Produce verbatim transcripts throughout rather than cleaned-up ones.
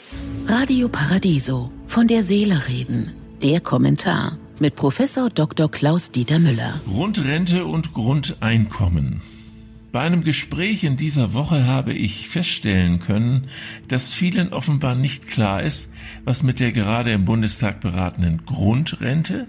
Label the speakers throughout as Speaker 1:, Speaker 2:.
Speaker 1: Radio Paradiso, von der Seele reden. Der Kommentar mit Professor Doktor Klaus-Dieter Müller.
Speaker 2: Grundrente und Grundeinkommen. Bei einem Gespräch in dieser Woche habe ich feststellen können, dass vielen offenbar nicht klar ist, was mit der gerade im Bundestag beratenden Grundrente,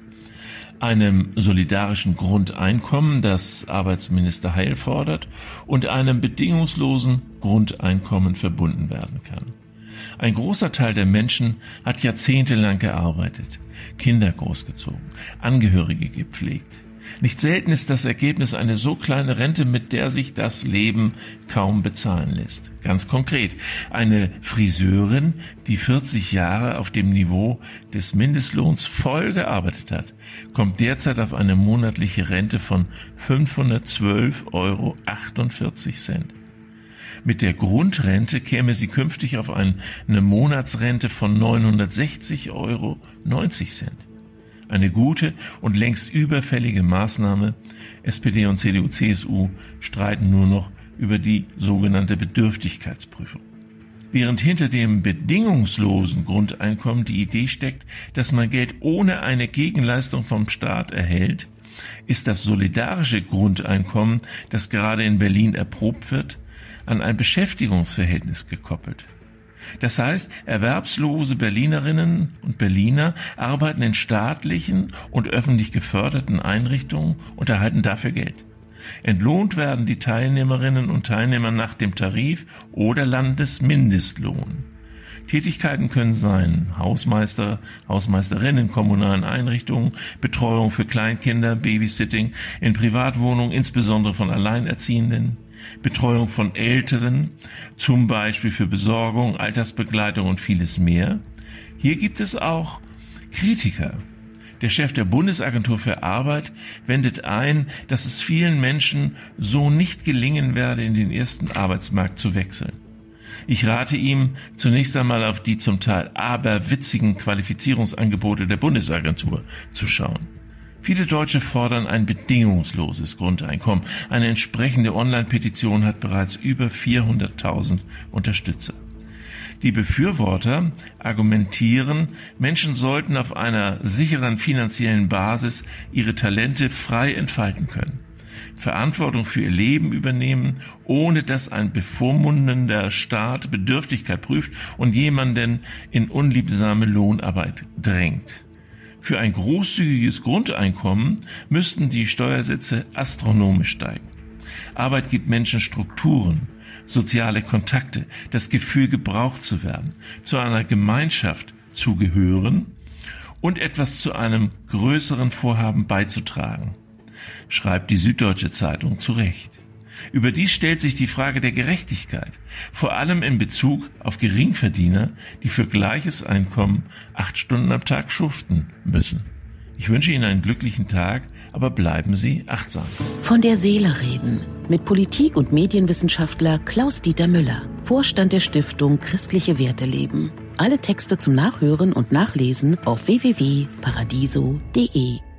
Speaker 2: einem solidarischen Grundeinkommen, das Arbeitsminister Heil fordert, und einem bedingungslosen Grundeinkommen verbunden werden kann. Ein großer Teil der Menschen hat jahrzehntelang gearbeitet, Kinder großgezogen, Angehörige gepflegt. Nicht selten ist das Ergebnis eine so kleine Rente, mit der sich das Leben kaum bezahlen lässt. Ganz konkret, eine Friseurin, die vierzig Jahre auf dem Niveau des Mindestlohns voll gearbeitet hat, kommt derzeit auf eine monatliche Rente von fünfhundertzwölf Euro achtundvierzig. Mit der Grundrente käme sie künftig auf eine Monatsrente von neunhundertsechzig Euro neunzig. Eine gute und längst überfällige Maßnahme. S P D und C D U C S U streiten nur noch über die sogenannte Bedürftigkeitsprüfung. Während hinter dem bedingungslosen Grundeinkommen die Idee steckt, dass man Geld ohne eine Gegenleistung vom Staat erhält, ist das solidarische Grundeinkommen, das gerade in Berlin erprobt wird, an ein Beschäftigungsverhältnis gekoppelt. Das heißt, erwerbslose Berlinerinnen und Berliner arbeiten in staatlichen und öffentlich geförderten Einrichtungen und erhalten dafür Geld. Entlohnt werden die Teilnehmerinnen und Teilnehmer nach dem Tarif oder Landesmindestlohn. Tätigkeiten können sein Hausmeister, Hausmeisterinnen in kommunalen Einrichtungen, Betreuung für Kleinkinder, Babysitting in Privatwohnungen, insbesondere von Alleinerziehenden, Betreuung von Älteren, zum Beispiel für Besorgung, Altersbegleitung und vieles mehr. Hier gibt es auch Kritiker. Der Chef der Bundesagentur für Arbeit wendet ein, dass es vielen Menschen so nicht gelingen werde, in den ersten Arbeitsmarkt zu wechseln. Ich rate ihm, zunächst einmal auf die zum Teil aberwitzigen Qualifizierungsangebote der Bundesagentur zu schauen. Viele Deutsche fordern ein bedingungsloses Grundeinkommen. Eine entsprechende Online-Petition hat bereits über vierhunderttausend Unterstützer. Die Befürworter argumentieren, Menschen sollten auf einer sicheren finanziellen Basis ihre Talente frei entfalten können, Verantwortung für ihr Leben übernehmen, ohne dass ein bevormundender Staat Bedürftigkeit prüft und jemanden in unliebsame Lohnarbeit drängt. Für ein großzügiges Grundeinkommen müssten die Steuersätze astronomisch steigen. Arbeit gibt Menschen Strukturen, soziale Kontakte, das Gefühl, gebraucht zu werden, zu einer Gemeinschaft zu gehören und etwas zu einem größeren Vorhaben beizutragen, schreibt die Süddeutsche Zeitung zu Recht. Überdies stellt sich die Frage der Gerechtigkeit, vor allem in Bezug auf Geringverdiener, die für gleiches Einkommen acht Stunden am Tag schuften müssen. Ich wünsche Ihnen einen glücklichen Tag, aber bleiben Sie achtsam.
Speaker 1: Von der Seele reden mit Politik- und Medienwissenschaftler Klaus-Dieter Müller, Vorstand der Stiftung Christliche Werte leben. Alle Texte zum Nachhören und Nachlesen auf w w w punkt paradiso punkt d e.